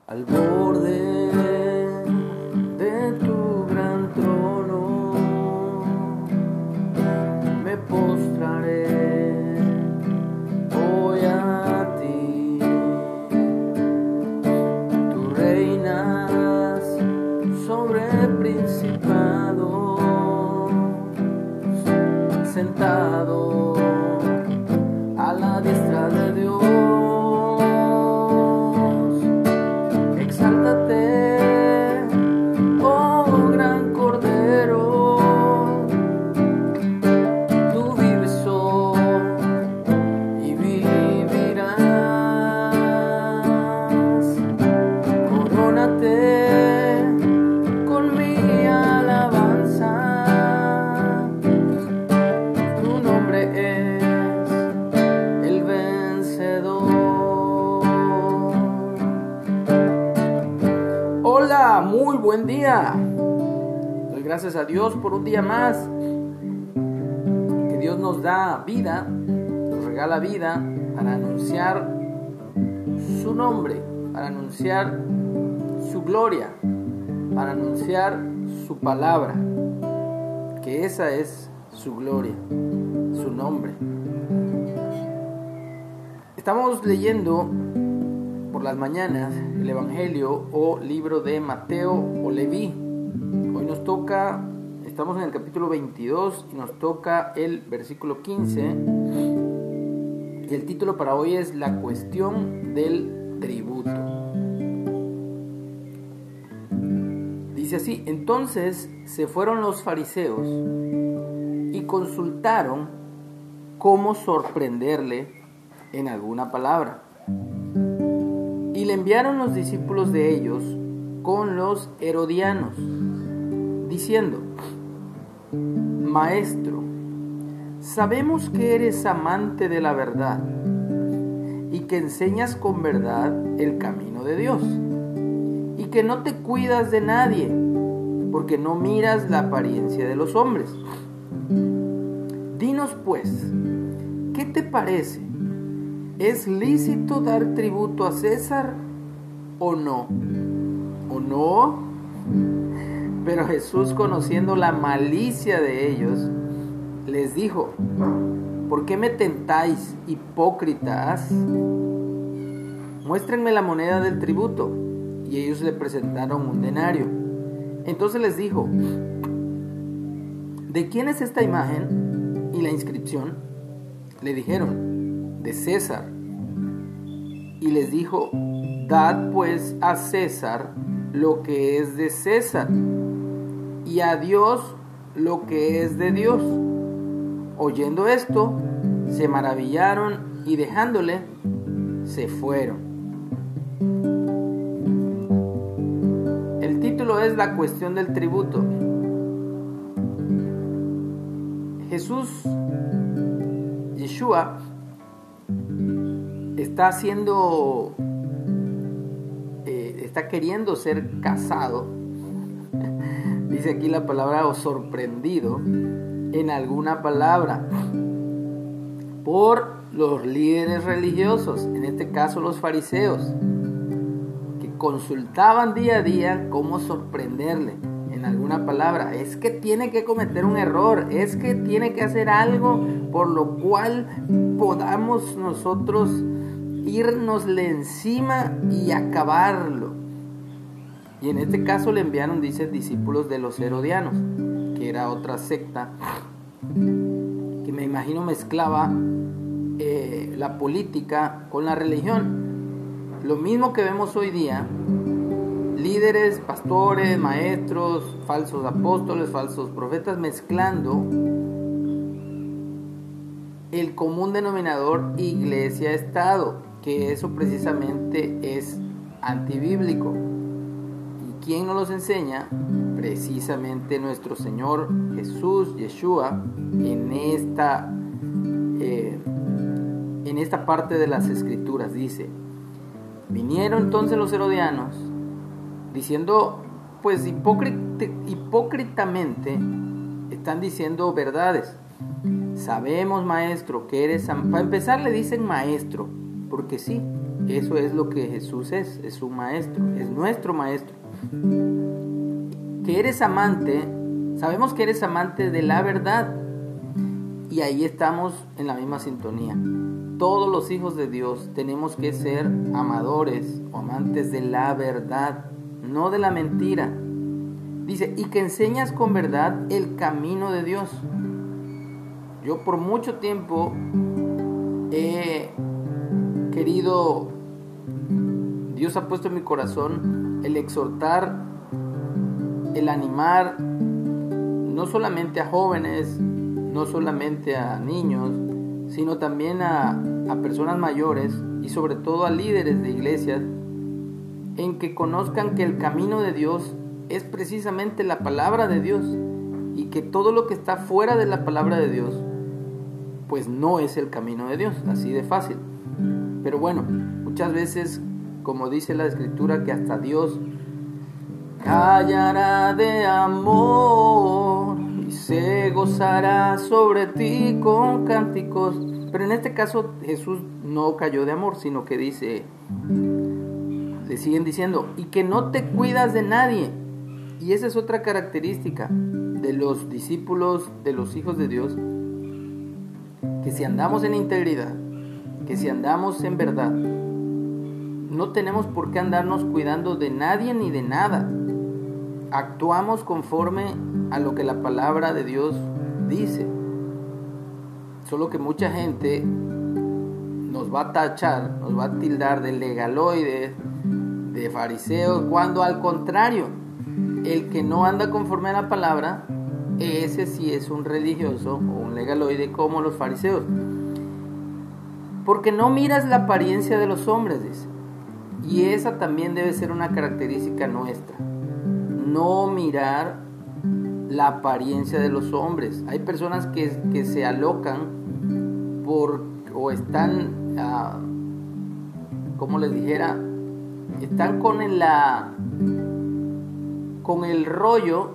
al borde de tu gran trono me postraré hoy a ti. Tú reinas sobre principados, sentado a la diestra de Dios. Exáltate, oh gran Cordero, tú vives hoy y vivirás. Corónate con mi alabanza, tu nombre es el vencedor. Hola, muy buen día. Doy gracias a Dios por un día más que Dios nos da vida, nos regala vida para anunciar su nombre, para anunciar su gloria, para anunciar su palabra, que esa es su gloria, su nombre. Estamos leyendo por las mañanas el Evangelio o libro de Mateo o Leví. Hoy nos toca, estamos en el capítulo 22 y nos toca el versículo 15. Y el título para hoy es La cuestión del tributo. Dice así: entonces se fueron los fariseos y consultaron cómo sorprenderle en alguna palabra. Y le enviaron los discípulos de ellos con los herodianos, diciendo: Maestro, sabemos que eres amante de la verdad y que enseñas con verdad el camino de Dios, y que no te cuidas de nadie, porque no miras la apariencia de los hombres. Dinos pues, ¿qué te parece? ¿Es lícito dar tributo a César o no? ¿O no? Pero Jesús, conociendo la malicia de ellos, les dijo: ¿por qué me tentáis, hipócritas? Muéstrenme la moneda del tributo. Y ellos le presentaron un denario. Entonces les dijo: ¿de quién es esta imagen y la inscripción? Le dijeron: de César. Y les dijo: dad pues a César lo que es de César, y a Dios lo que es de Dios. Oyendo esto, se maravillaron y dejándole, se fueron. El título es La cuestión del tributo. Jesús, Yeshua, está queriendo ser casado, dice aquí la palabra, o sorprendido en alguna palabra, por los líderes religiosos, en este caso los fariseos, que consultaban día a día cómo sorprenderle en alguna palabra. Es que tiene que cometer un error, es que tiene que hacer algo por lo cual podamos nosotros irnosle encima y acabarlo. Y en este caso le enviaron, dice, discípulos de los herodianos, que era otra secta que me imagino mezclaba la política con la religión. Lo mismo que vemos hoy día: líderes, pastores, maestros, falsos apóstoles, falsos profetas, mezclando el común denominador iglesia-estado, que eso precisamente es antibíblico. ¿Y quién nos los enseña? Precisamente nuestro Señor Jesús, Yeshua, en esta parte de las Escrituras. Dice: vinieron entonces los herodianos, diciendo, pues hipócritamente están diciendo verdades. Sabemos, maestro, que eres... Para empezar le dicen maestro, porque sí, Eso es lo que Jesús es un maestro, es nuestro maestro. Que eres amante, sabemos que eres amante de la verdad, y ahí estamos en la misma sintonía. Todos los hijos de Dios tenemos que ser amadores o amantes de la verdad, no de la mentira. Dice, y que enseñas con verdad el camino de Dios. Yo por mucho tiempo he querido, Dios ha puesto en mi corazón el exhortar, el animar, no solamente a jóvenes, no solamente a niños, sino también a personas mayores y sobre todo a líderes de iglesias, en que conozcan que el camino de Dios es precisamente la palabra de Dios, y que todo lo que está fuera de la palabra de Dios pues no es el camino de Dios, así de fácil. Pero bueno, muchas veces, como dice la Escritura, que hasta Dios callará de amor y se gozará sobre ti con cánticos. Pero en este caso Jesús no cayó de amor, sino que dice, le siguen diciendo, y que no te cuidas de nadie. Y esa es otra característica de los discípulos, de los hijos de Dios, que si andamos en integridad, que si andamos en verdad, no tenemos por qué andarnos cuidando de nadie ni de nada. Actuamos conforme a lo que la palabra de Dios dice. Solo que mucha gente nos va a tachar, nos va a tildar de legaloides, de fariseos, cuando al contrario, el que no anda conforme a la palabra, ese sí es un religioso o un legaloide como los fariseos. Porque no miras la apariencia de los hombres, dice. Y esa también debe ser una característica nuestra. No mirar la apariencia de los hombres. Hay personas que se alocan o están, como les dijera, están con el rollo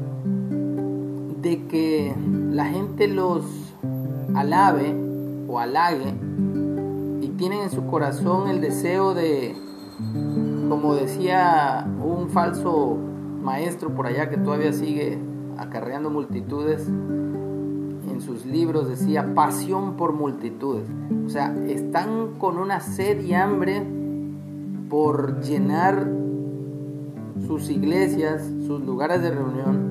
de que la gente los alabe o halague, y tienen en su corazón el deseo de, como decía un falso maestro por allá que todavía sigue acarreando multitudes, en sus libros decía pasión por multitudes. O sea, están con una sed y hambre por llenar sus iglesias, sus lugares de reunión,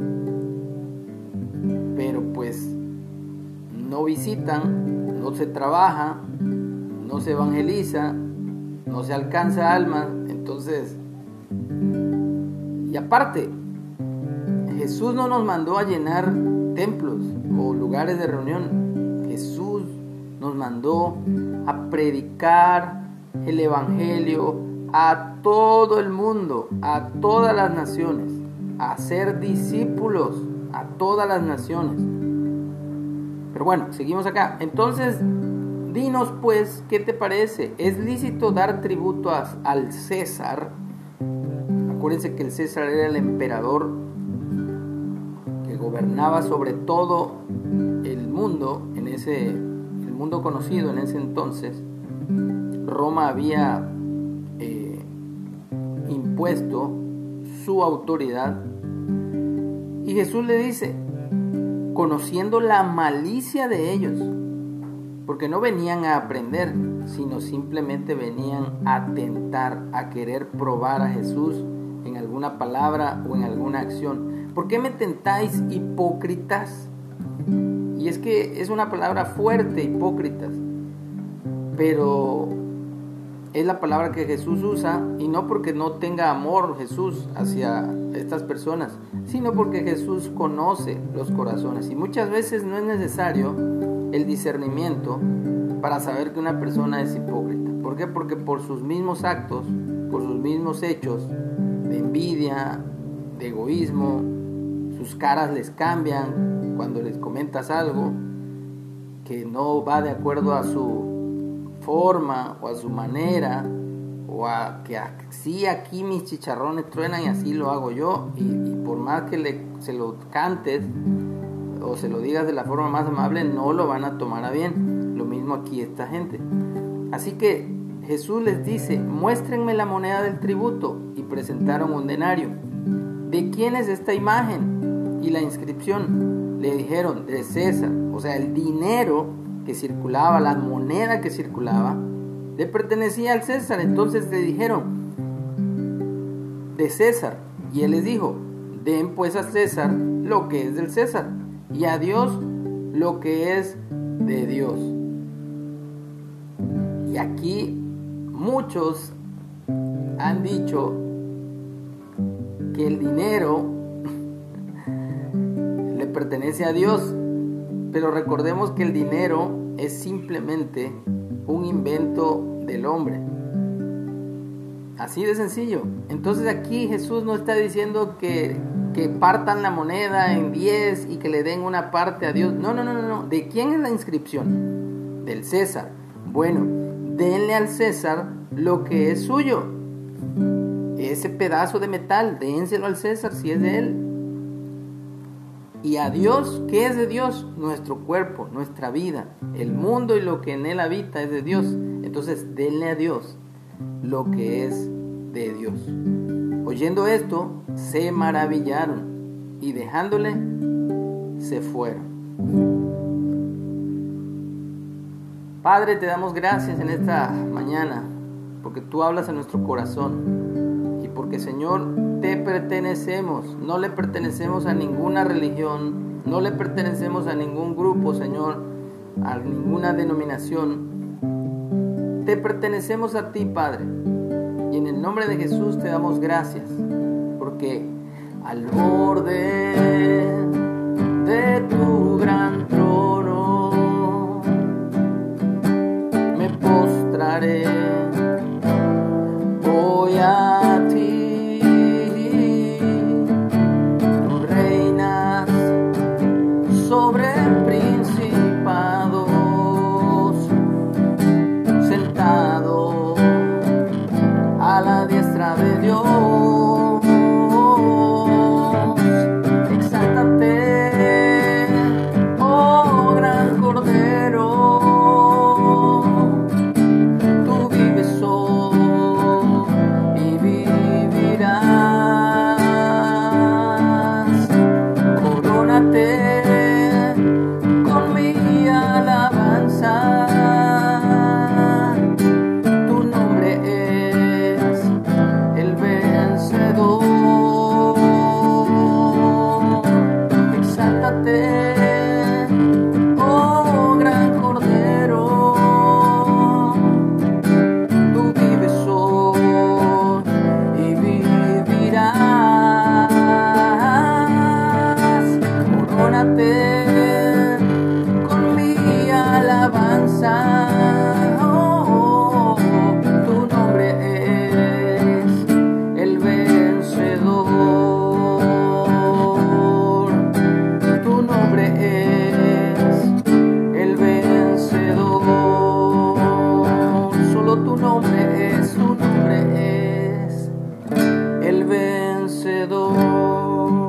pero pues no visitan, no se trabaja, no se evangeliza, no se alcanza almas. Entonces, y aparte, Jesús no nos mandó a llenar templos o lugares de reunión. Jesús nos mandó a predicar el evangelio a todo el mundo, a todas las naciones, a ser discípulos a todas las naciones. Pero bueno, seguimos acá. Entonces, dinos pues, ¿qué te parece? ¿Es lícito dar tributo al César? Acuérdense que el César era el emperador que gobernaba sobre todo el mundo, el mundo conocido en ese entonces. Roma había impuesto su autoridad, y Jesús le dice, conociendo la malicia de ellos, porque no venían a aprender, sino simplemente venían a tentar, a querer probar a Jesús en alguna palabra o en alguna acción. ¿Por qué me tentáis, hipócritas? Y es que es una palabra fuerte, hipócritas, pero es la palabra que Jesús usa, y no porque no tenga amor Jesús hacia estas personas, sino porque Jesús conoce los corazones, y muchas veces no es necesario el discernimiento para saber que una persona es hipócrita. ¿Por qué? Porque por sus mismos actos, por sus mismos hechos de envidia, de egoísmo, sus caras les cambian cuando les comentas algo que no va de acuerdo a su forma o a su manera, o a que así aquí mis chicharrones truenan y así lo hago yo, y por más que se lo cantes o se lo digas de la forma más amable, no lo van a tomar a bien. Lo mismo aquí esta gente. Así que Jesús les dice: muéstrenme la moneda del tributo, y presentaron un denario. ¿De quién es esta imagen y la inscripción? Le dijeron: de César. O sea, el dinero que circulaba, la moneda que circulaba, le pertenecía al César. Entonces le dijeron: de César. Y él les dijo: den pues a César lo que es del César, y a Dios lo que es de Dios. Y aquí muchos han dicho que el dinero le pertenece a Dios, pero recordemos que el dinero es simplemente un invento del hombre. Así de sencillo. Entonces aquí Jesús no está diciendo que partan la moneda en 10 y que le den una parte a Dios. No. ¿De quién es la inscripción? Del César. Bueno, denle al César lo que es suyo. Ese pedazo de metal, dénselo al César si es de él. Y a Dios, ¿qué es de Dios? Nuestro cuerpo, nuestra vida, el mundo y lo que en él habita es de Dios. Entonces denle a Dios lo que es de Dios. Oyendo esto, se maravillaron y dejándole, se fueron. Padre, te damos gracias en esta mañana porque tú hablas a nuestro corazón y porque, Señor, te pertenecemos. No le pertenecemos a ninguna religión, no le pertenecemos a ningún grupo, Señor, a ninguna denominación. Te pertenecemos a ti, Padre, y en el nombre de Jesús te damos gracias, porque al borde de tu gran trono me postraré, voy a ti, tú reinas sobre principados, sentado a la diestra de Dios. Exáltate, oh gran Cordero, tú vives hoy y vivirás. Corónate con mi alabanza. Oh gran Cordero, tú vives hoy y vivirás. Corónate con mi alabanza. Oh, tu nombre es el vencedor. Tu nombre es el vencedor.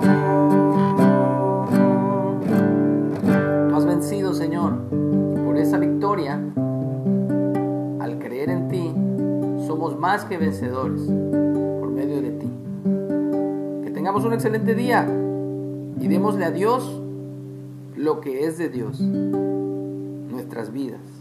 Tú has vencido, Señor, y por esa victoria, al creer en ti, somos más que vencedores por medio de ti. Que tengamos un excelente día y démosle a Dios lo que es de Dios, nuestras vidas.